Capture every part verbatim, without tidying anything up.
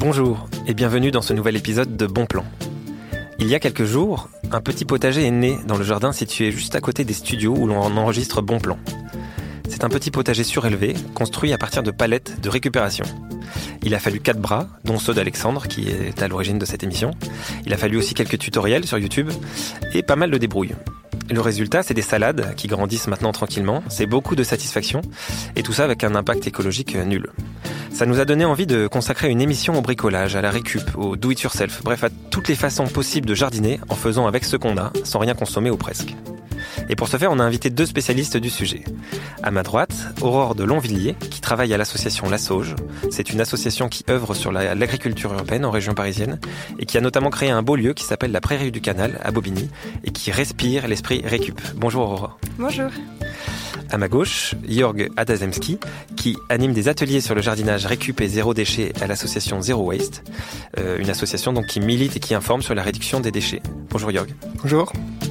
Bonjour et bienvenue dans ce nouvel épisode de Bon Plan. Il y a quelques jours, un petit potager est né dans le jardin situé juste à côté des studios où l'on enregistre Bon Plan. C'est un petit potager surélevé, construit à partir de palettes de récupération. Il a fallu quatre bras, dont ceux d'Alexandre, qui est à l'origine de cette émission. Il a fallu aussi quelques tutoriels sur YouTube et pas mal de débrouilles. Le résultat, c'est des salades qui grandissent maintenant tranquillement, c'est beaucoup de satisfaction, et tout ça avec un impact écologique nul. Ça nous a donné envie de consacrer une émission au bricolage, à la récup, au do-it-yourself, bref à toutes les façons possibles de jardiner en faisant avec ce qu'on a, sans rien consommer ou presque. Et pour ce faire, on a invité deux spécialistes du sujet. À ma droite, Aurore de Longvilliers, qui travaille à l'association La Sauge. C'est une association qui œuvre sur la, l'agriculture urbaine en région parisienne et qui a notamment créé un beau lieu qui s'appelle la Prairie du Canal à Bobigny et qui respire l'esprit récup. Bonjour Aurore. Bonjour. À ma gauche, Jörg Adazemski, qui anime des ateliers sur le jardinage récup et zéro déchet à l'association Zero Waste, euh, une association donc qui milite et qui informe sur la réduction des déchets. Bonjour Jörg. Bonjour.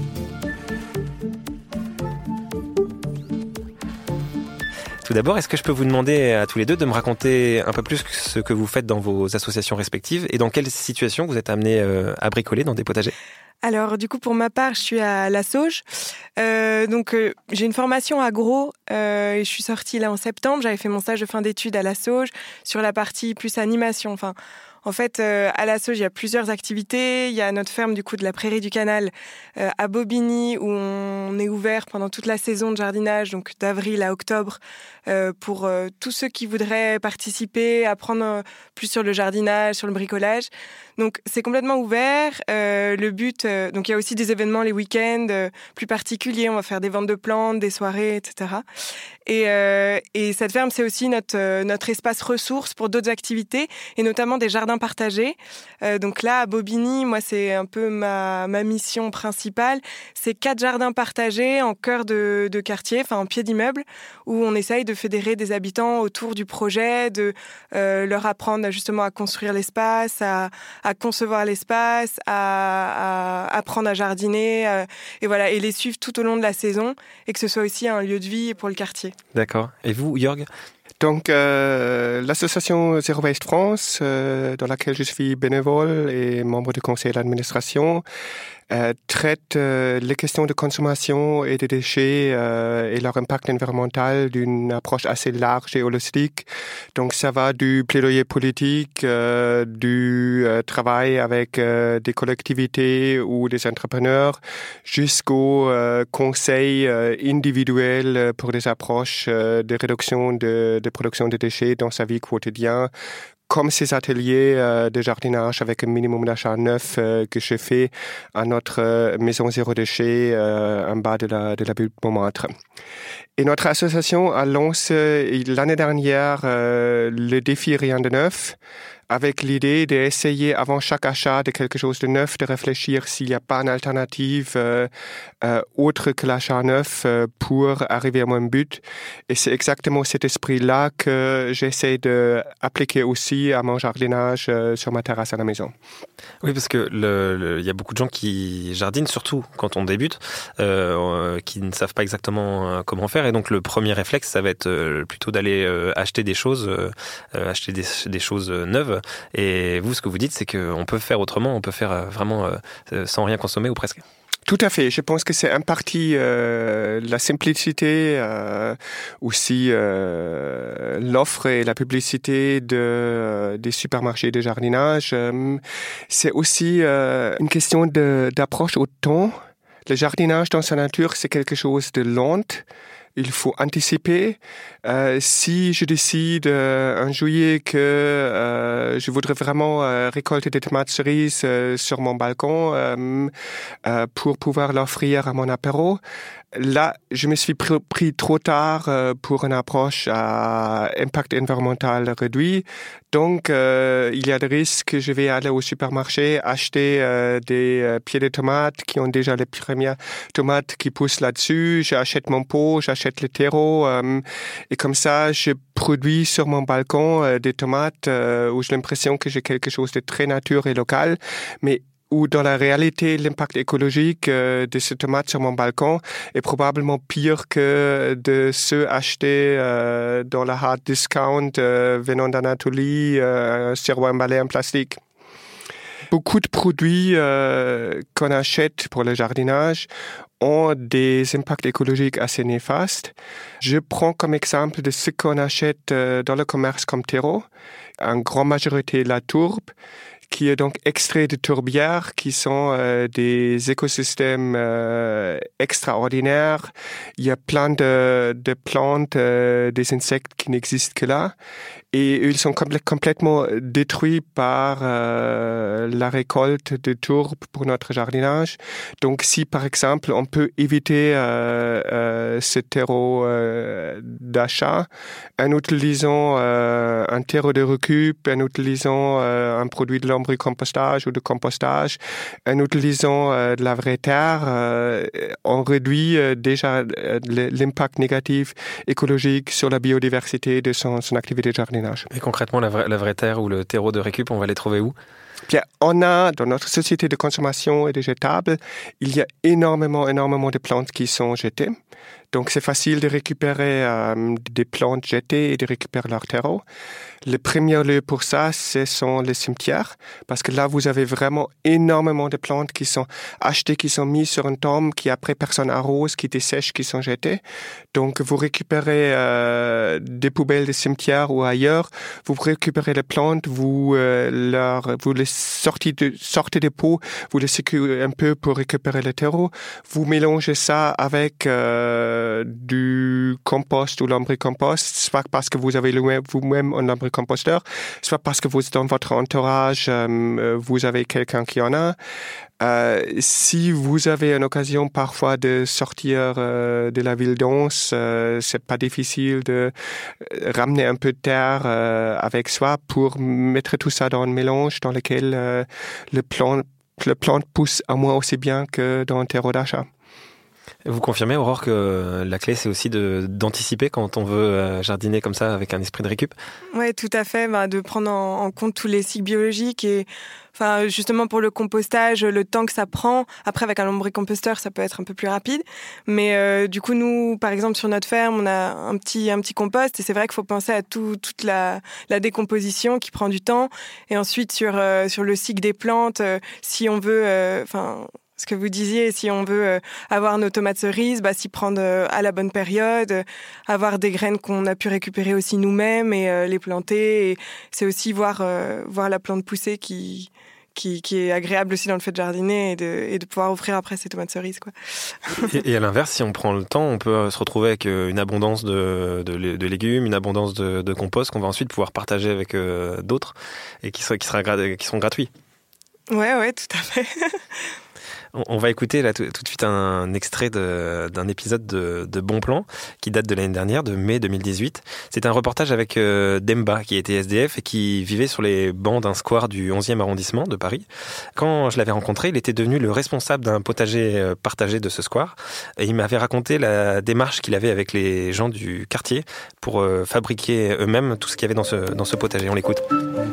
Tout d'abord, est-ce que je peux vous demander à tous les deux de me raconter un peu plus ce que vous faites dans vos associations respectives et dans quelle situation vous êtes amenés euh, à bricoler dans des potagers ? Alors, du coup, pour ma part, je suis à La Sauge. Euh, donc, euh, j'ai une formation agro euh, et je suis sortie là en septembre. J'avais fait mon stage de fin d'études à La Sauge sur la partie plus animation. Enfin, en fait, euh, à La Sauge, il y a plusieurs activités. Il y a notre ferme du coup de la Prairie du Canal euh, à Bobigny où on est ouvert pendant toute la saison de jardinage, donc d'avril à octobre, euh, pour euh, tous ceux qui voudraient participer, apprendre euh, plus sur le jardinage, sur le bricolage. Donc, c'est complètement ouvert. Euh, le but, euh, donc il y a aussi des événements les week-ends euh, plus particuliers. On va faire des ventes de plantes, des soirées, et cetera. Et, euh, et cette ferme, c'est aussi notre euh, notre espace ressource pour d'autres activités et notamment des jardins partagés. Euh, donc là, à Bobigny, moi, c'est un peu ma ma mission principale. C'est quatre jardins partagés en cœur de de quartier, enfin en pied d'immeuble, où on essaye de fédérer des habitants autour du projet, de euh, leur apprendre justement à construire l'espace, à à concevoir l'espace, à, à apprendre à jardiner, euh, et voilà, et les suivre tout au long de la saison, et que ce soit aussi un lieu de vie pour le quartier. D'accord. Et vous, Jörg ? Donc, euh, l'association Zero Waste France, euh, dans laquelle je suis bénévole et membre du conseil d'administration, euh, traite euh, les questions de consommation et des déchets euh, et leur impact environnemental d'une approche assez large et holistique. Donc, ça va du plaidoyer politique, euh, du euh, travail avec euh, des collectivités ou des entrepreneurs, jusqu'au euh, conseil euh, individuel pour des approches euh, de réduction de, de production de déchets dans sa vie quotidienne, comme ces ateliers euh, de jardinage avec un minimum d'achat neuf euh, que je fais à notre euh, maison zéro déchet euh, en bas de la, de la butte Montmartre. Et notre association a lancé l'année dernière euh, le défi Rien de neuf, avec l'idée d'essayer avant chaque achat de quelque chose de neuf, de réfléchir s'il n'y a pas une alternative euh, euh, autre que l'achat neuf euh, pour arriver à mon but. Et c'est exactement cet esprit-là que j'essaie d'appliquer aussi à mon jardinage euh, sur ma terrasse à la maison. Oui, parce que le, le, y a beaucoup de gens qui jardinent, surtout quand on débute, euh, qui ne savent pas exactement comment faire. Et donc le premier réflexe, ça va être euh, plutôt d'aller euh, acheter des choses, euh, acheter des, des choses neuves. Et vous, ce que vous dites, c'est qu'on peut faire autrement, on peut faire vraiment euh, sans rien consommer ou presque. Tout à fait. Je pense que c'est en partie euh, la simplicité, euh, aussi euh, l'offre et la publicité de, euh, des supermarchés de jardinage. Euh, c'est aussi euh, une question de, d'approche au temps. Le jardinage dans sa nature, c'est quelque chose de lent. Il faut anticiper. Euh, si je décide euh, en juillet que euh, je voudrais vraiment euh, récolter des tomates cerises euh, sur mon balcon euh, euh, pour pouvoir l'offrir à mon apéro, là, je me suis pr- pris trop tard euh, pour une approche à impact environnemental réduit. Donc, euh, il y a des risques que je vais aller au supermarché acheter euh, des euh, pieds de tomates qui ont déjà les premières tomates qui poussent là-dessus. J'achète mon pot, j'achète le terreau. Euh, et comme ça, je produis sur mon balcon euh, des tomates euh, où j'ai l'impression que j'ai quelque chose de très nature et local. Mais où dans la réalité, l'impact écologique euh, de ces tomates sur mon balcon est probablement pire que de ceux achetés euh, dans la hard discount euh, venant d'Anatolie euh, sur un balai en plastique. Beaucoup de produits euh, qu'on achète pour le jardinage ont des impacts écologiques assez néfastes. Je prends comme exemple de ce qu'on achète euh, dans le commerce comme terreau. En grande majorité, la tourbe, qui est donc extrait de tourbières, qui sont euh, des écosystèmes euh, extraordinaires. Il y a plein de, de plantes, euh, des insectes qui n'existent que là. Et ils sont complè- complètement détruits par euh, la récolte de tourbe pour notre jardinage. Donc si par exemple on peut éviter euh, euh, ce terreau euh, d'achat en utilisant euh, un terreau de récup, en utilisant euh, un produit de lombricompostage ou de compostage, en utilisant euh, de la vraie terre, euh, on réduit euh, déjà euh, l'impact négatif écologique sur la biodiversité de son, son activité de jardinage. Et concrètement, la vraie, la vraie terre ou le terreau de récup, on va les trouver où ? Bien, on a, dans notre société de consommation et de jetables, il y a énormément, énormément de plantes qui sont jetées. Donc, c'est facile de récupérer euh, des plantes jetées et de récupérer leur terreau. Le premier lieu pour ça, ce sont les cimetières, parce que là, vous avez vraiment énormément de plantes qui sont achetées, qui sont mises sur une tombe, qui après personne arrose, qui dessèchent, qui sont jetées. Donc, vous récupérez euh, des poubelles de cimetières ou ailleurs, vous récupérez les plantes, vous, euh, leur, vous les sortez, de, sortez des pots, vous les secouez un peu pour récupérer le terreau, vous mélangez ça avec euh, du compost ou lombricompost, soit parce que vous avez vous-même un lombricomposteur, soit parce que vous, dans votre entourage, euh, vous avez quelqu'un qui en a. Euh, si vous avez une occasion parfois de sortir euh, de la ville dense, euh, c'est pas difficile de ramener un peu de terre euh, avec soi pour mettre tout ça dans un mélange dans lequel euh, le plant, le plant pousse à moins aussi bien que dans un terreau d'achat. Vous confirmez, Aurore, que la clé, c'est aussi de, d'anticiper quand on veut jardiner comme ça avec un esprit de récup ? Oui, tout à fait, bah, de prendre en, en compte tous les cycles biologiques et enfin, justement pour le compostage, le temps que ça prend. Après, avec un lombricomposteur, ça peut être un peu plus rapide. Mais euh, du coup, nous, par exemple, sur notre ferme, on a un petit, un petit compost et c'est vrai qu'il faut penser à tout, toute la, la décomposition qui prend du temps. Et ensuite, sur, euh, sur le cycle des plantes, euh, si on veut... enfin. Euh, ce que vous disiez, si on veut euh, avoir nos tomates cerises, bah, s'y prendre euh, à la bonne période, euh, avoir des graines qu'on a pu récupérer aussi nous-mêmes et euh, les planter. Et c'est aussi voir, euh, voir la plante pousser qui, qui, qui est agréable aussi dans le fait de jardiner et de, et de pouvoir offrir après ces tomates cerises, quoi. et, et à l'inverse, si on prend le temps, on peut se retrouver avec une abondance de, de, de légumes, une abondance de, de compost qu'on va ensuite pouvoir partager avec euh, d'autres et qui, sera, qui, sera, qui seront gratuits. Ouais, ouais, tout à fait. On va écouter là tout, tout de suite un extrait de, d'un épisode de, de Bon Plan qui date de l'année dernière, de mai deux mille dix-huit. C'est un reportage avec euh, Demba qui était S D F et qui vivait sur les bancs d'un square du onzième arrondissement de Paris. Quand je l'avais rencontré, il était devenu le responsable d'un potager partagé de ce square et il m'avait raconté la démarche qu'il avait avec les gens du quartier pour euh, fabriquer eux-mêmes tout ce qu'il y avait dans ce, dans ce potager. On l'écoute.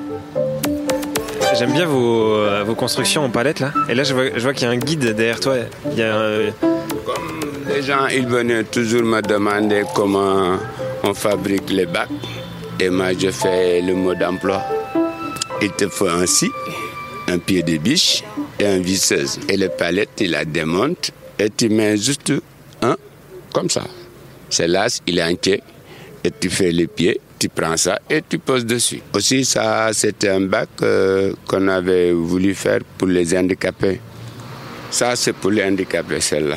J'aime bien vos, vos constructions en palette là. Et là je vois, je vois qu'il y a un guide derrière toi. Il y a un... Comme les gens ils venaient toujours me demander comment on fabrique les bacs. Et moi je fais le mode d'emploi. Il te faut un scie, un pied de biche et un visseuse. Et les palettes il la démonte et tu mets juste un comme ça. C'est là il est entier et tu fais les pieds. Tu prends ça et tu poses dessus. Aussi, ça, c'était un bac euh, qu'on avait voulu faire pour les handicapés. Ça, c'est pour les handicapés, celle-là.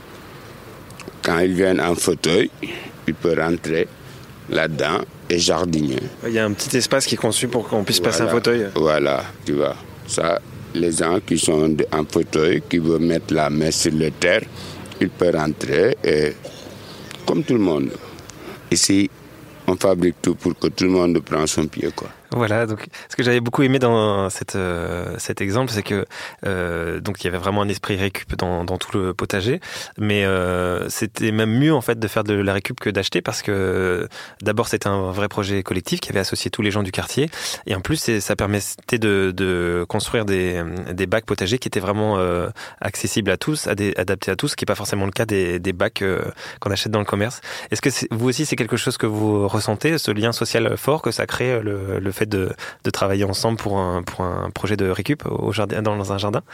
Quand ils viennent en fauteuil, ils peuvent rentrer là-dedans et jardiner. Il y a un petit espace qui est conçu pour qu'on puisse voilà. passer un fauteuil. Voilà, tu vois. Ça, les gens qui sont en fauteuil, qui veulent mettre la main sur le terre, ils peuvent rentrer et comme tout le monde. Ici, on fabrique tout pour que tout le monde prenne son pied, quoi. Voilà, donc ce que j'avais beaucoup aimé dans cette, euh, cet exemple, c'est que euh, donc il y avait vraiment un esprit récup dans, dans tout le potager, mais euh, c'était même mieux en fait de faire de la récup que d'acheter parce que d'abord c'était un vrai projet collectif qui avait associé tous les gens du quartier et en plus c'est, ça permettait de, de construire des, des bacs potagers qui étaient vraiment euh, accessibles à tous, adé- adaptés à tous, ce qui n'est pas forcément le cas des, des bacs euh, qu'on achète dans le commerce. Est-ce que c'est, vous aussi c'est quelque chose que vous ressentez, ce lien social fort que ça crée, le, le fait de, de travailler ensemble pour un, pour un projet de récup au jardin, dans un jardin?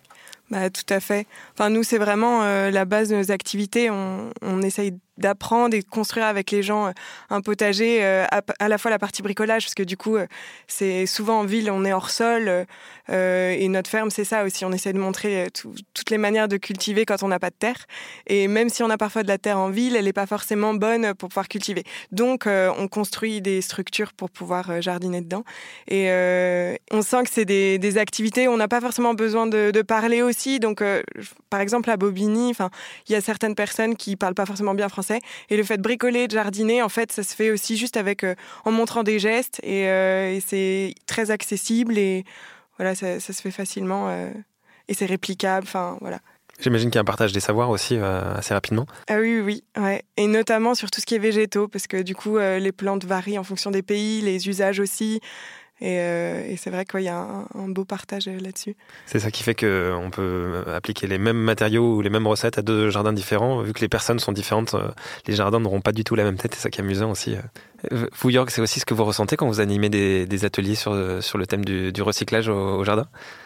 Bah, tout à fait. Enfin, nous, c'est vraiment euh, la base de nos activités. On, on essaye d'apprendre et de construire avec les gens un potager, euh, à, à la fois la partie bricolage, parce que du coup, euh, c'est souvent en ville, on est hors sol, euh, et notre ferme, c'est ça aussi. On essaie de montrer tout, toutes les manières de cultiver quand on n'a pas de terre. Et même si on a parfois de la terre en ville, elle n'est pas forcément bonne pour pouvoir cultiver. Donc, euh, on construit des structures pour pouvoir euh, jardiner dedans. Et euh, on sent que c'est des, des activités, on n'a pas forcément besoin de, de parler aussi. Donc, euh, par exemple, à Bobigny, il y a certaines personnes qui ne parlent pas forcément bien français. Et le fait de bricoler, de jardiner, en fait, ça se fait aussi juste avec, euh, en montrant des gestes. Et, euh, et c'est très accessible et voilà, ça, ça se fait facilement. Euh, et c'est réplicable, enfin, voilà. J'imagine qu'il y a un partage des savoirs aussi euh, assez rapidement. Ah oui, oui, ouais. Et notamment sur tout ce qui est végétaux, parce que du coup, euh, les plantes varient en fonction des pays, les usages aussi. Et, euh, et c'est vrai qu'il y a un, un beau partage là-dessus. C'est ça qui fait qu'on peut appliquer les mêmes matériaux ou les mêmes recettes à deux jardins différents. Vu que les personnes sont différentes, les jardins n'auront pas du tout la même tête. C'est ça qui est amusant aussi. Vous, Jörg, c'est aussi ce que vous ressentez quand vous animez des, des ateliers sur, sur le thème du, du recyclage au, au jardin?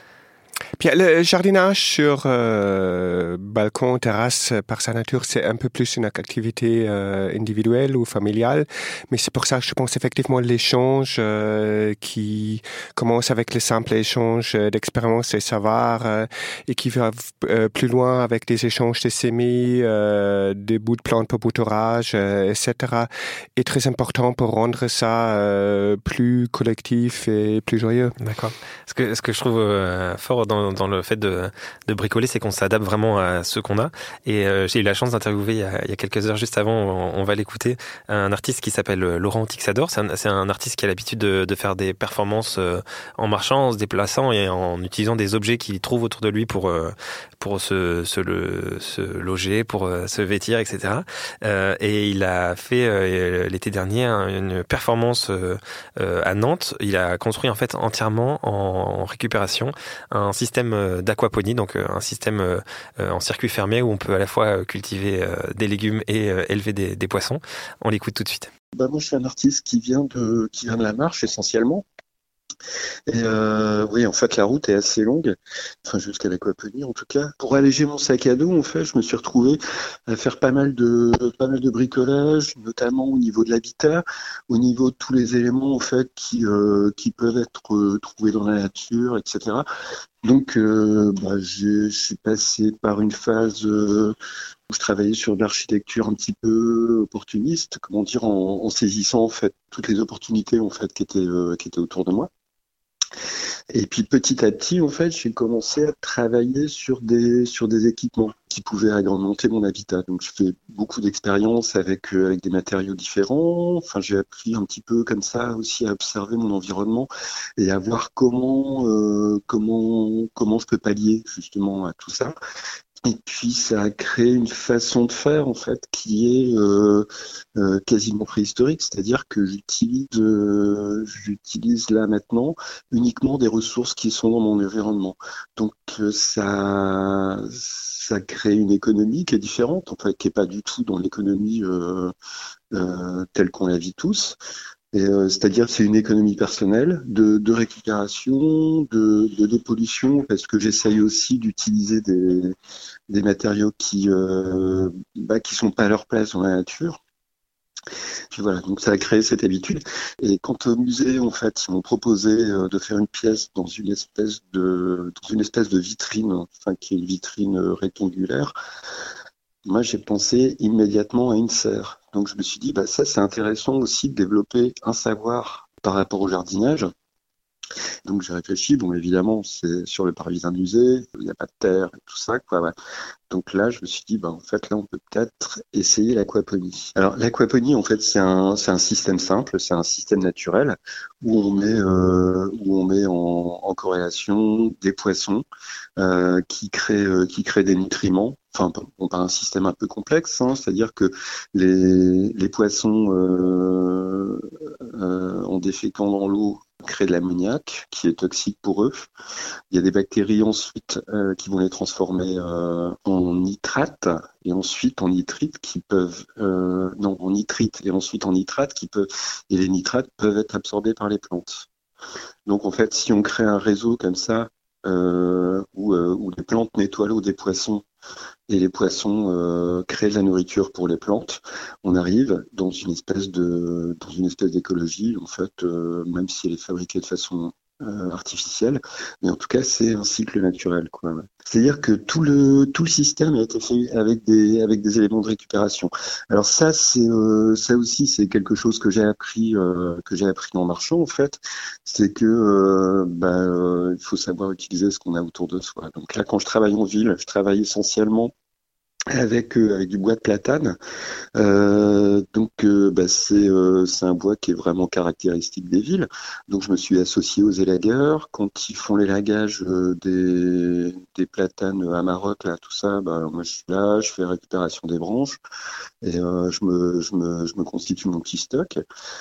Bien, le jardinage sur euh, balcon, terrasse, par sa nature, c'est un peu plus une activité euh, individuelle ou familiale. Mais c'est pour ça que je pense effectivement l'échange euh, qui commence avec le simple échange d'expériences et savoirs euh, et qui va euh, plus loin avec des échanges de semis, euh, des bouts de plantes pour bouturage, euh, et cetera est très important pour rendre ça euh, plus collectif et plus joyeux. D'accord. Ce que, ce que je trouve euh, fort dans, dans le fait de, de bricoler, c'est qu'on s'adapte vraiment à ce qu'on a. Et euh, j'ai eu la chance d'interviewer il y a, il y a quelques heures, juste avant, on, on va l'écouter, un artiste qui s'appelle Laurent Tixador. C'est un, c'est un artiste qui a l'habitude de, de faire des performances euh, en marchant, en se déplaçant et en utilisant des objets qu'il trouve autour de lui pour, euh, pour se, se, le, se loger, pour euh, se vêtir, et cetera. Euh, et il a fait euh, l'été dernier une performance euh, euh, à Nantes. Il a construit en fait entièrement en, en récupération un système d'aquaponie, donc un système en circuit fermé où on peut à la fois cultiver des légumes et élever des, des poissons. On l'écoute tout de suite. Bah moi, je suis un artiste qui vient de, qui vient de la marche essentiellement. Et euh, oui, en fait, la route est assez longue, enfin jusqu'à l'Aquaponie en tout cas. Pour alléger mon sac à dos, en fait, je me suis retrouvé à faire pas mal de pas mal de bricolage, notamment au niveau de l'habitat, au niveau de tous les éléments en fait qui euh, qui peuvent être euh, trouvés dans la nature, et cetera. Donc, euh, bah, je suis passé par une phase euh, où je travaillais sur de l'architecture un petit peu opportuniste, comment dire, en, en saisissant en fait toutes les opportunités en fait qui étaient euh, qui étaient autour de moi. Et puis petit à petit, en fait, j'ai commencé à travailler sur des sur des équipements qui pouvaient agrémenter mon habitat. Donc, je fais beaucoup d'expériences avec euh, avec des matériaux différents. Enfin, j'ai appris un petit peu comme ça aussi à observer mon environnement et à voir comment euh, comment comment je peux pallier justement à tout ça. Et puis ça a créé une façon de faire en fait qui est euh, euh, quasiment préhistorique, c'est-à-dire que j'utilise euh, j'utilise là maintenant uniquement des ressources qui sont dans mon environnement. Donc euh, ça ça crée une économie qui est différente, en fait, qui est pas du tout dans l'économie euh, euh, telle qu'on la vit tous. Et euh, c'est-à-dire que c'est une économie personnelle de, de récupération, de, de dépollution, parce que j'essaye aussi d'utiliser des, des matériaux qui euh, bah, qui sont pas à leur place dans la nature. Puis voilà, donc ça a créé cette habitude. Et quant au musée, en fait, ils m'ont proposé euh, de faire une pièce dans une espèce de dans une espèce de vitrine, enfin qui est une vitrine rectangulaire. Moi, j'ai pensé immédiatement à une serre. Donc, je me suis dit, bah, ça, c'est intéressant aussi de développer un savoir par rapport au jardinage. Donc j'ai réfléchi, bon évidemment c'est sur le parvis d'un musée, il n'y a pas de terre et tout ça, quoi. Ouais. Donc là je me suis dit, bah, en fait là on peut peut-être essayer l'aquaponie. Alors l'aquaponie en fait c'est un, c'est un système simple, c'est un système naturel où on met, euh, où on met en, en corrélation des poissons euh, qui créent, euh, qui créent des nutriments. Enfin, on parle d'un système un peu complexe, hein, c'est-à-dire que les, les poissons euh, euh, en déféquant dans l'eau créent de l'ammoniac qui est toxique pour eux. Il y a des bactéries ensuite euh, qui vont les transformer euh, en nitrate et ensuite en nitrite qui peuvent euh, non en nitrite et ensuite en nitrate qui peuvent et les nitrates peuvent être absorbés par les plantes. Donc en fait, si on crée un réseau comme ça euh, où, euh, où les plantes nettoient l'eau des poissons et les poissons euh, créent de la nourriture pour les plantes, on arrive dans une espèce de dans une espèce d'écologie en fait, euh, même si elle est fabriquée de façon euh, artificielle, mais en tout cas c'est un cycle naturel, quoi. C'est-à-dire que tout le tout le système a été fait avec des avec des éléments de récupération. Alors ça c'est euh, ça aussi c'est quelque chose que j'ai appris euh, que j'ai appris en marchant en fait, c'est que euh, bah, euh, il faut savoir utiliser ce qu'on a autour de soi. Donc là quand je travaille en ville, je travaille essentiellement avec euh, avec du bois de platane. Euh, donc euh, bah, c'est euh, c'est un bois qui est vraiment caractéristique des villes. Donc je me suis associé aux élagueurs. Quand ils font l'élagage euh, des des platanes à Maroc là, tout ça, bah moi je suis là, je fais récupération des branches et euh, je me je me je me constitue mon petit stock.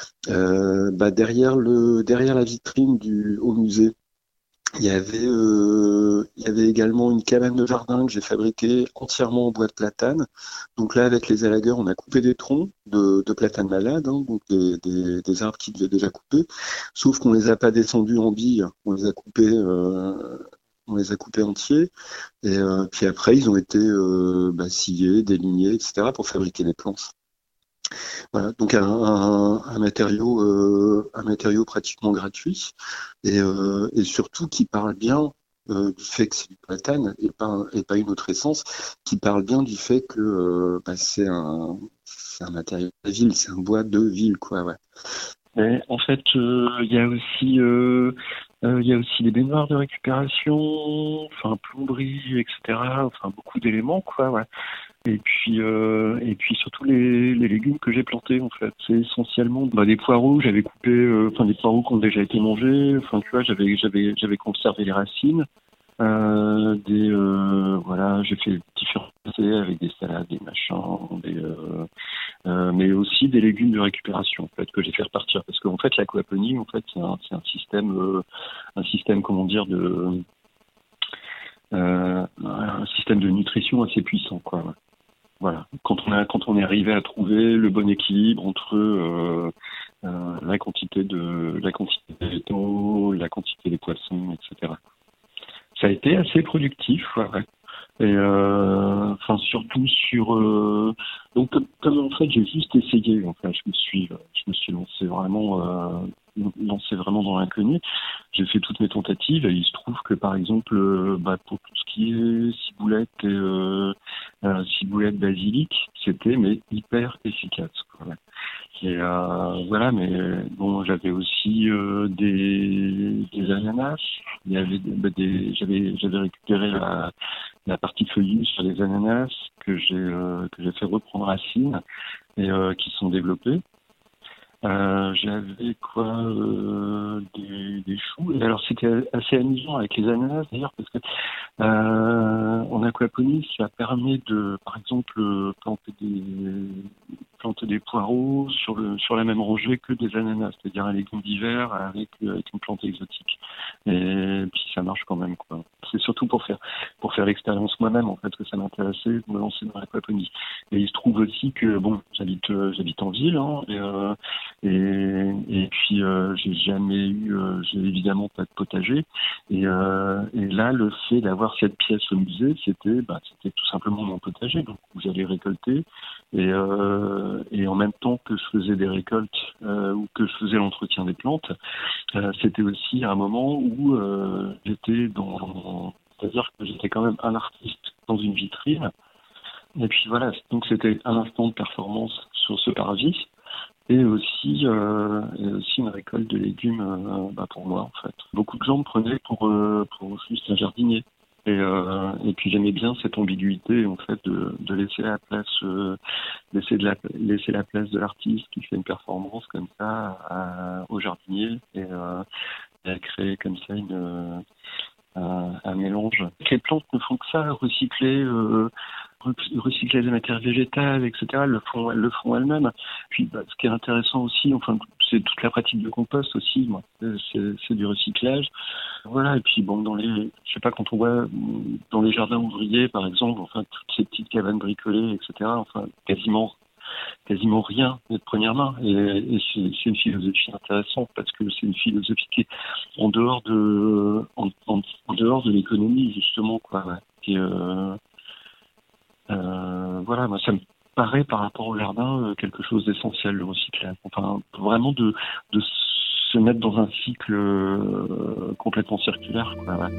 Euh, bah derrière le derrière la vitrine du au musée. Il y avait, euh, il y avait également une cabane de jardin que j'ai fabriquée entièrement en bois de platane. Donc là, avec les élagueurs, on a coupé des troncs de, de platane malade, hein, donc des, des, des arbres qui devaient déjà couper, sauf qu'on les a pas descendus en billes, on les a coupés, euh, on les a coupés entiers. Et euh, puis après, ils ont été euh, bah, sciés, délignés, et cetera pour fabriquer les planches. Voilà, donc un, un, un matériau, euh, un matériau pratiquement gratuit et, euh, et surtout qui parle bien euh, du fait que c'est du platane et pas, et pas une autre essence, qui parle bien du fait que euh, bah, c'est un, c'est un matériau de ville, c'est un bois de ville, quoi. Ouais. Mais en fait, il euh, y a aussi, il euh, euh, y a aussi des baignoires de récupération, enfin plomberie, et cetera. Enfin beaucoup d'éléments, quoi. Ouais. Et puis, euh, et puis surtout les, les légumes que j'ai plantés en fait, c'est essentiellement bah, des poireaux. J'avais coupé, euh, enfin des poireaux qui ont déjà été mangés. Enfin tu vois, j'avais, j'avais, j'avais conservé les racines. Euh, des, euh, voilà, j'ai fait différents essais avec des salades, des machins, des, euh, euh, mais aussi des légumes de récupération en fait que j'ai fait repartir parce qu'en fait l'aquaponie en fait c'est un, c'est un système, euh, un système comment dire de, euh, un système de nutrition assez puissant quoi. Ouais. Voilà. Quand on a, quand on est arrivé à trouver le bon équilibre entre euh, euh, la quantité de, la quantité des végétaux, la quantité des poissons, et cetera. Ça a été assez productif, ouais. Et euh, enfin surtout sur, euh, donc comme en fait j'ai juste essayé, enfin je me suis, je me suis lancé vraiment, euh, lancé vraiment dans l'inconnu. J'ai fait toutes mes tentatives et il se trouve que par exemple, euh, bah, pour tout ce qui est ciboulette et euh, euh, ciboulette basilic, c'était mais hyper efficace, quoi, ouais. Et euh, voilà, mais bon, j'avais aussi euh, des, des ananas. Il y avait des, bah, des j'avais j'avais récupéré la, la partie feuillue sur les ananas que j'ai euh, que j'ai fait reprendre racine et euh, qui sont développés. Euh, j'avais quoi euh, des, des choux. Et alors c'était assez amusant avec les ananas d'ailleurs parce que euh, en aquaponie ça permet de par exemple planter des planter des poireaux sur le sur la même rangée que des ananas, c'est-à-dire un légume d'hiver avec avec une plante exotique. Et puis ça marche quand même quoi. C'est surtout pour faire pour faire l'expérience moi-même en fait que ça m'intéressait de me lancer dans l'aquaponie. Et il se trouve aussi que bon j'habite j'habite en ville hein, et euh, Et, et puis euh, j'ai jamais eu, euh, j'ai évidemment pas de potager. Et, euh, et là, le fait d'avoir cette pièce au musée, c'était, bah, c'était tout simplement mon potager, donc où j'allais récolter. Et, euh, et en même temps que je faisais des récoltes euh, ou que je faisais l'entretien des plantes, euh, c'était aussi un moment où euh, j'étais dans, c'est-à-dire que j'étais quand même un artiste dans une vitrine. Et puis voilà, donc c'était un instant de performance sur ce parvis. Et aussi, euh, et aussi une récolte de légumes euh, bah pour moi en fait. Beaucoup de gens me prenaient pour, euh, pour juste un jardinier. Et, euh, et puis j'aimais bien cette ambiguïté en fait de, de laisser la place, euh, laisser, de la, laisser la place de l'artiste qui fait une performance comme ça à, au jardinier et, euh, et à créer comme ça une, un, un mélange. Les plantes ne font que ça, recycler. Euh, recycler des matières végétales, et cetera. Elles le font, elles le font elles-mêmes. Puis, bah, ce qui est intéressant aussi, enfin, c'est toute la pratique de compost aussi. Moi, c'est, c'est du recyclage. Voilà. Et puis, bon, dans les, je sais pas, quand on voit dans les jardins ouvriers, par exemple, enfin, toutes ces petites cabanes bricolées, et cetera. Enfin, quasiment, quasiment rien de première main. Et, et c'est, c'est une philosophie intéressante parce que c'est une philosophie qui est en dehors de, en, en, en dehors de l'économie justement, quoi. Ouais. Et, euh, Euh, voilà, moi ça me paraît par rapport au jardin euh, quelque chose d'essentiel, le recyclage. Enfin, vraiment de, de se mettre dans un cycle euh, complètement circulaire, quoi, ouais.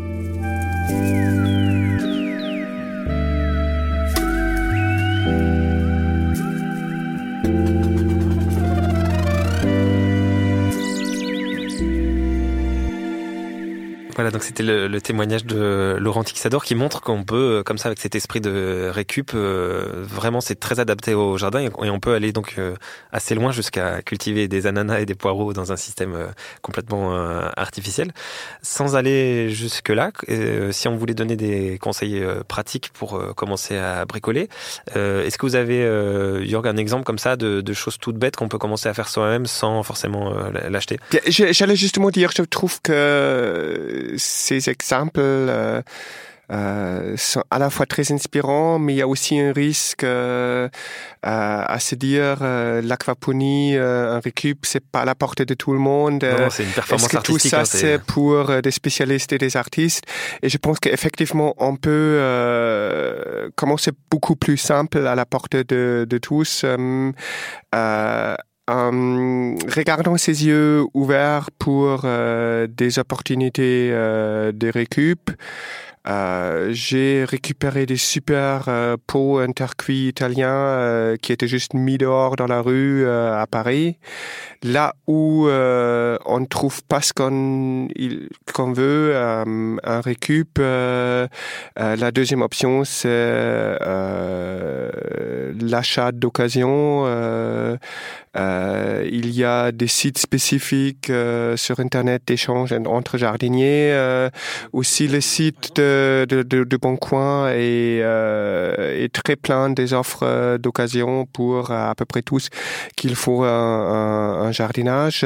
Voilà, donc c'était le, le témoignage de Laurent Tixador qui montre qu'on peut, comme ça, avec cet esprit de récup, euh, vraiment c'est très adapté au jardin et on peut aller donc euh, assez loin jusqu'à cultiver des ananas et des poireaux dans un système euh, complètement euh, artificiel. Sans aller jusque-là, euh, si on voulait donner des conseils euh, pratiques pour euh, commencer à bricoler, euh, est-ce que vous avez, euh, Jörg, un exemple comme ça de, de choses toutes bêtes qu'on peut commencer à faire soi-même sans forcément euh, l'acheter? J'allais justement dire, je trouve que ces exemples euh, euh, sont à la fois très inspirants, mais il y a aussi un risque euh, à, à se dire euh, l'aquaponie, euh, un récup, c'est pas à la portée de tout le monde. Non, c'est une performance Est-ce que tout ça, hein, c'est... c'est pour euh, des spécialistes et des artistes? Et je pense qu'effectivement, on peut euh, commencer beaucoup plus simple à la portée de, de tous. Euh, euh, En regardant ses yeux ouverts pour euh, des opportunités euh, de récup, euh, j'ai récupéré des super euh, pots intercuits italiens euh, qui étaient juste mis dehors dans la rue euh, à Paris. Là où euh, on ne trouve pas ce qu'on, il, qu'on veut, euh, un récup, euh, euh, la deuxième option, c'est euh, l'achat d'occasion. Euh, euh, il y a des sites spécifiques euh, sur Internet d'échange entre jardiniers. Euh, aussi, le site de, de, de, de Boncoin est, euh, est très plein des offres d'occasion pour à peu près tous qu'il faut un, un, un jardinage.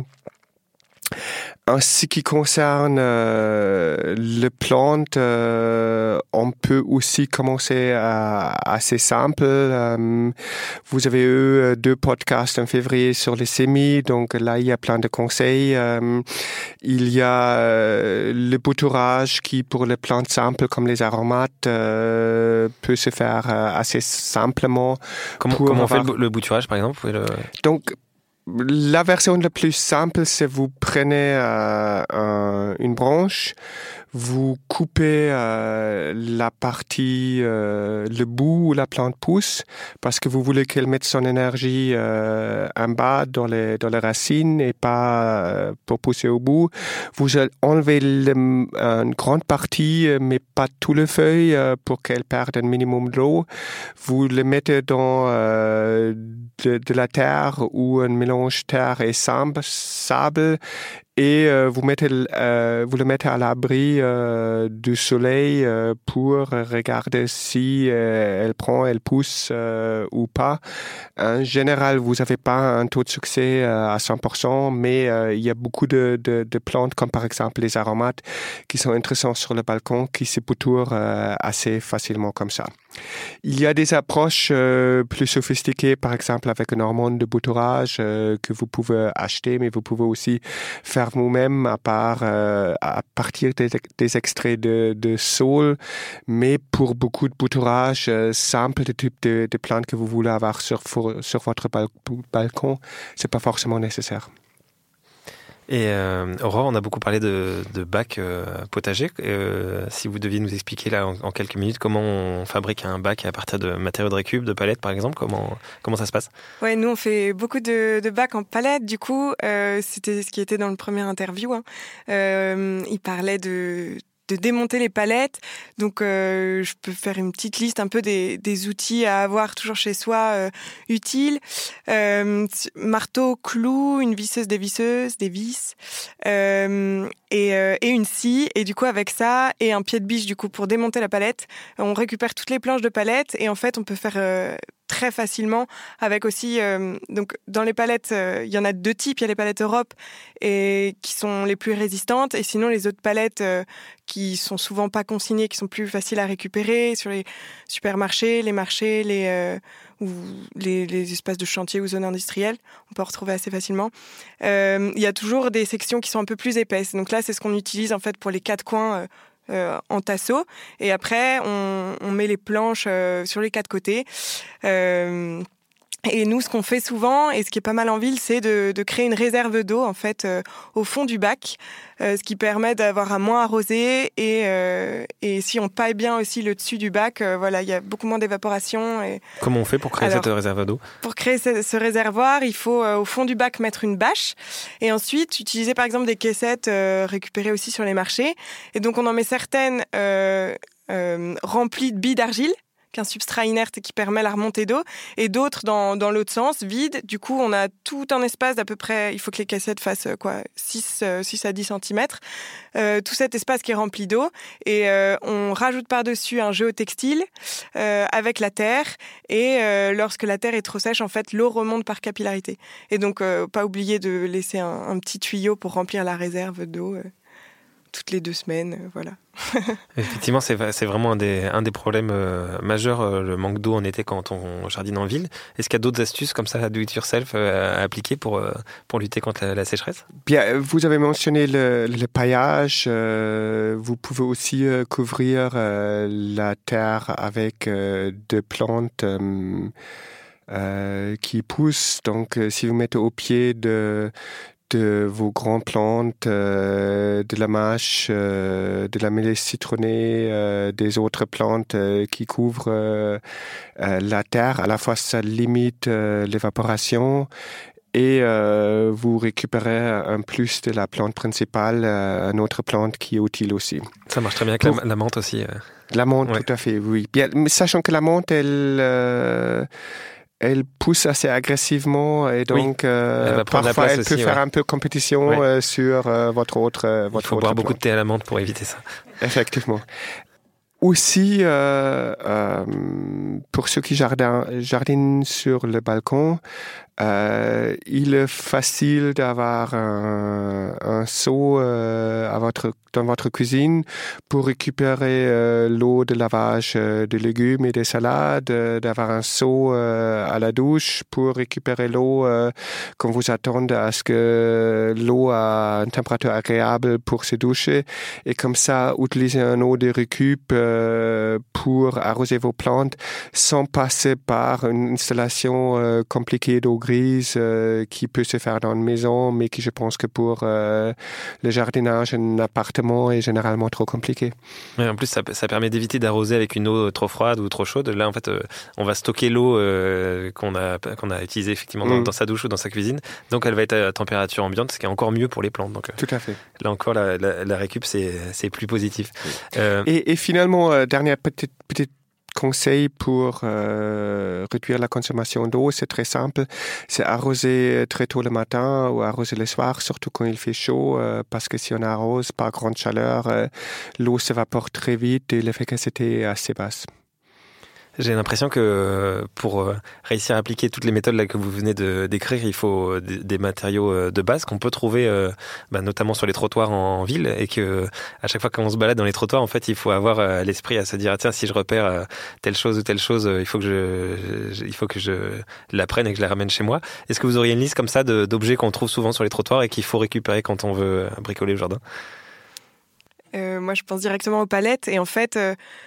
En ce qui concerne euh, les plantes, euh, on peut aussi commencer à, assez simple. Euh, vous avez eu deux podcasts en février sur les sémis, donc là il y a plein de conseils. Euh, il y a euh, le bouturage qui, pour les plantes simples comme les aromates, euh, peut se faire euh, assez simplement. Comment, comment avoir... on fait le, le bouturage par exemple? le... Donc la version la plus simple, c'est vous prenez euh, un, une branche, vous coupez euh, la partie, euh, le bout où la plante pousse, parce que vous voulez qu'elle mette son énergie euh, en bas dans les, dans les racines et pas euh, pour pousser au bout. Vous enlevez le, une grande partie, mais pas tout le feuille, euh, pour qu'elle perde un minimum d'eau. Vous le mettez dans euh, de, de la terre ou un mélange terre et sable, sable et euh, vous, mettez, euh, vous le mettez à l'abri euh, du soleil euh, pour regarder si euh, elle prend, elle pousse euh, ou pas. En général, vous n'avez pas un taux de succès euh, à cent pour cent, mais euh, il y a beaucoup de, de, de plantes, comme par exemple les aromates, qui sont intéressants sur le balcon, qui se bouturent euh, assez facilement comme ça. Il y a des approches euh, plus sophistiquées, par exemple avec une hormone de bouturage euh, que vous pouvez acheter, mais vous pouvez aussi faire vous-même à, part, euh, à partir des, des extraits de, de saule. Mais pour beaucoup de bouturage euh, simple, de type de, de plantes que vous voulez avoir sur, sur votre bal- balcon, c'est pas forcément nécessaire. Et euh, Aurore, on a beaucoup parlé de, de bac euh, potager. Euh, si vous deviez nous expliquer là en, en quelques minutes comment on fabrique un bac à partir de matériaux de récup, de palettes par exemple, comment, comment ça se passe ? Ouais, nous on fait beaucoup de, de bacs en palettes. Du coup, euh, c'était ce qui était dans le premier interview. Hein. Euh, il parlait de de démonter les palettes. Donc, euh, je peux faire une petite liste un peu des, des outils à avoir toujours chez soi euh, utiles. Euh, marteau, clou, une visseuse, des visseuses, des vis euh, et, euh, et une scie. Et du coup, avec ça et un pied de biche, du coup, pour démonter la palette, on récupère toutes les planches de palette et en fait, on peut faire euh, très facilement avec aussi euh, donc dans les palettes euh, il y en a deux types, il y a les palettes Europe et qui sont les plus résistantes et sinon les autres palettes euh, qui sont souvent pas consignées, qui sont plus faciles à récupérer sur les supermarchés, les marchés, les euh, ou les, les espaces de chantier ou zones industrielles, on peut en retrouver assez facilement. Euh, il y a toujours des sections qui sont un peu plus épaisses. Donc là, c'est ce qu'on utilise en fait pour les quatre coins euh, Euh, en tasseau et après on, on met les planches euh, sur les quatre côtés euh, et nous ce qu'on fait souvent et ce qui est pas mal en ville c'est de, de créer une réserve d'eau en fait euh, au fond du bac euh, ce qui permet d'avoir un moins arrosé et, euh, et si on paille bien aussi le dessus du bac euh, voilà il y a beaucoup moins d'évaporation et... Comment on fait pour créer Alors, cette réserve d'eau ? Pour créer ce, ce réservoir il faut euh, au fond du bac mettre une bâche et ensuite utiliser par exemple des caissettes euh, récupérées aussi sur les marchés et donc on en met certaines euh, euh, remplies de billes d'argile qu'un substrat inerte qui permet la remontée d'eau, et d'autres dans, dans l'autre sens, vides. Du coup, on a tout un espace d'à peu près, il faut que les cassettes fassent quoi, six à dix centimètres, euh, tout cet espace qui est rempli d'eau, et euh, on rajoute par-dessus un géotextile euh, avec la terre, et euh, lorsque la terre est trop sèche, en fait, l'eau remonte par capillarité. Et donc, euh, pas oublier de laisser un, un petit tuyau pour remplir la réserve d'eau euh, toutes les deux semaines, euh, voilà. Effectivement, c'est, c'est vraiment un des, un des problèmes euh, majeurs, euh, le manque d'eau en été quand on jardine en ville. Est-ce qu'il y a d'autres astuces comme ça, do it yourself, euh, à appliquer pour, euh, pour lutter contre la, la sécheresse ? Bien, vous avez mentionné le, le paillage. Euh, vous pouvez aussi euh, couvrir euh, la terre avec euh, des plantes euh, euh, qui poussent. Donc, euh, si vous mettez au pied de de vos grandes plantes, euh, de la mâche, euh, de la mélisse citronnée, euh, des autres plantes euh, qui couvrent euh, euh, la terre. À la fois, ça limite euh, l'évaporation et euh, vous récupérez un plus de la plante principale, euh, une autre plante qui est utile aussi. Ça marche très bien avec Pour... la, la menthe aussi. Euh... La menthe, ouais. Tout à fait, oui. Bien, mais sachant que la menthe, elle... Euh, elle pousse assez agressivement et donc oui. euh, elle parfois elle aussi, peut ouais. faire un peu compétition ouais. euh, sur euh, votre autre euh, votre Il faut autre boire plante. beaucoup de thé à la menthe pour éviter ça. Effectivement. Aussi, euh, euh, pour ceux qui jardin, jardinent sur le balcon, euh, il est facile d'avoir un, un seau euh, à votre, dans votre cuisine pour récupérer euh, l'eau de lavage euh, de légumes et des salades, euh, d'avoir un seau euh, à la douche pour récupérer l'eau euh, quand vous attendez à ce que l'eau a une température agréable pour se doucher et comme ça, utiliser un eau de récup euh, pour arroser vos plantes sans passer par une installation euh, compliquée d'eau grise euh, qui peut se faire dans une maison, mais qui je pense que pour euh, le jardinage, un appartement est généralement trop compliqué. Ouais, en plus, ça, ça permet d'éviter d'arroser avec une eau trop froide ou trop chaude. Là, en fait, euh, on va stocker l'eau euh, qu'on a, qu'on a utilisée effectivement dans, mmh. dans sa douche ou dans sa cuisine. Donc, elle va être à température ambiante, ce qui est encore mieux pour les plantes. Donc, tout à fait. Là encore, la, la, la récup, c'est, c'est plus positif. Oui. Euh, et, et finalement, euh, dernière petite, petite conseil pour euh, réduire la consommation d'eau, c'est très simple. C'est arroser très tôt le matin ou arroser le soir, surtout quand il fait chaud, euh, parce que si on arrose par grande chaleur, euh, l'eau s'évapore très vite et l'efficacité est assez basse. J'ai l'impression que pour réussir à appliquer toutes les méthodes là que vous venez de décrire, il faut des matériaux de base qu'on peut trouver bah, notamment sur les trottoirs en ville et que à chaque fois qu'on se balade dans les trottoirs, en fait, il faut avoir l'esprit à se dire ah, tiens, si je repère telle chose ou telle chose, il faut que je, je il faut que je l'apprenne et que je la ramène chez moi. Est-ce que vous auriez une liste comme ça de, d'objets qu'on trouve souvent sur les trottoirs et qu'il faut récupérer quand on veut bricoler le jardin ? euh, Moi, je pense directement aux palettes et en fait. Euh...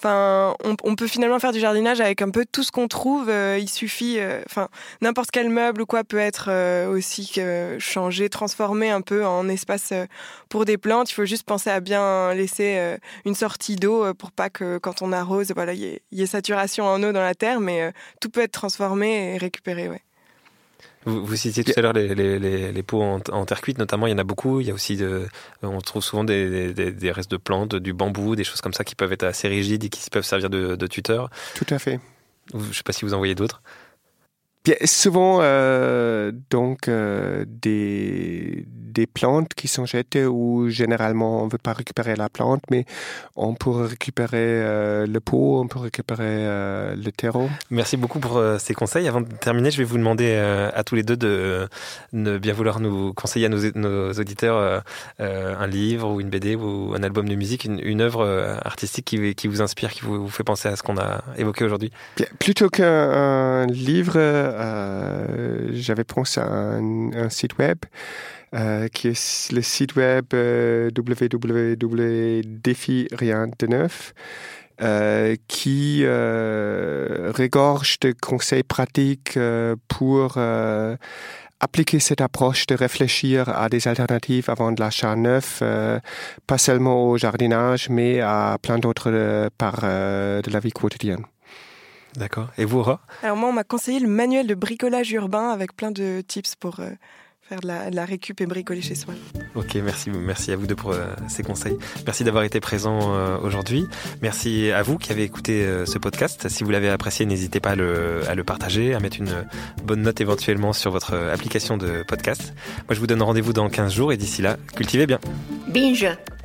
Enfin, on, on peut finalement faire du jardinage avec un peu tout ce qu'on trouve. Euh, il suffit, enfin, euh, n'importe quel meuble ou quoi peut être euh, aussi euh, changé, transformé un peu en espace euh, pour des plantes. Il faut juste penser à bien laisser euh, une sortie d'eau euh, pour pas que quand on arrose, voilà, il y ait, y ait saturation en eau dans la terre, mais euh, tout peut être transformé et récupéré, ouais. Vous, vous citiez tout à l'heure les, les, les, les pots en, en terre cuite, notamment, il y en a beaucoup. Il y a aussi, de, on trouve souvent des, des, des restes de plantes, du bambou, des choses comme ça qui peuvent être assez rigides et qui peuvent servir de, de tuteurs. Tout à fait. Je ne sais pas si vous en voyez d'autres. Bien, souvent, euh, donc, euh, des, des plantes qui sont jetées où généralement on ne veut pas récupérer la plante, mais on peut récupérer euh, le pot, on peut récupérer euh, le terreau. Merci beaucoup pour euh, ces conseils. Avant de terminer, je vais vous demander euh, à tous les deux de, de bien vouloir nous conseiller à nos, nos auditeurs euh, euh, un livre ou une B D ou un album de musique, une, une œuvre euh, artistique qui, qui vous inspire, qui vous, vous fait penser à ce qu'on a évoqué aujourd'hui. Bien, plutôt qu'un livre, Euh, j'avais pensé à un, un site web euh, qui est le site web euh, w w w point défi rien de neuf euh, qui euh, regorge de conseils pratiques euh, pour euh, appliquer cette approche de réfléchir à des alternatives avant de l'achat neuf, euh, pas seulement au jardinage, mais à plein d'autres euh, parts euh, de la vie quotidienne. D'accord. Et vous, Aura ? Alors moi, on m'a conseillé le manuel de bricolage urbain avec plein de tips pour euh, faire de la, de la récup et bricoler chez soi. Ok, merci, merci à vous deux pour euh, ces conseils. Merci d'avoir été présents euh, aujourd'hui. Merci à vous qui avez écouté euh, ce podcast. Si vous l'avez apprécié, n'hésitez pas à le, à le partager, à mettre une bonne note éventuellement sur votre application de podcast. Moi, je vous donne rendez-vous dans quinze jours et d'ici là, cultivez bien. Binge.